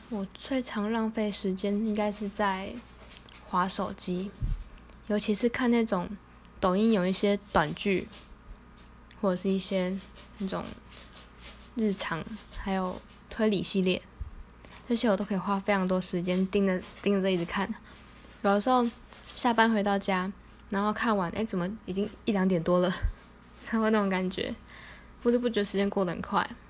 我最常浪费时间应该是在滑手机，尤其是看那种抖音有一些短剧，或者是一些那种日常，还有推理系列，这些我都可以花非常多时间盯着这一直看。有的时候下班回到家，然后看完，怎么已经1-2点多了，才会那种感觉，不知不觉时间过得很快。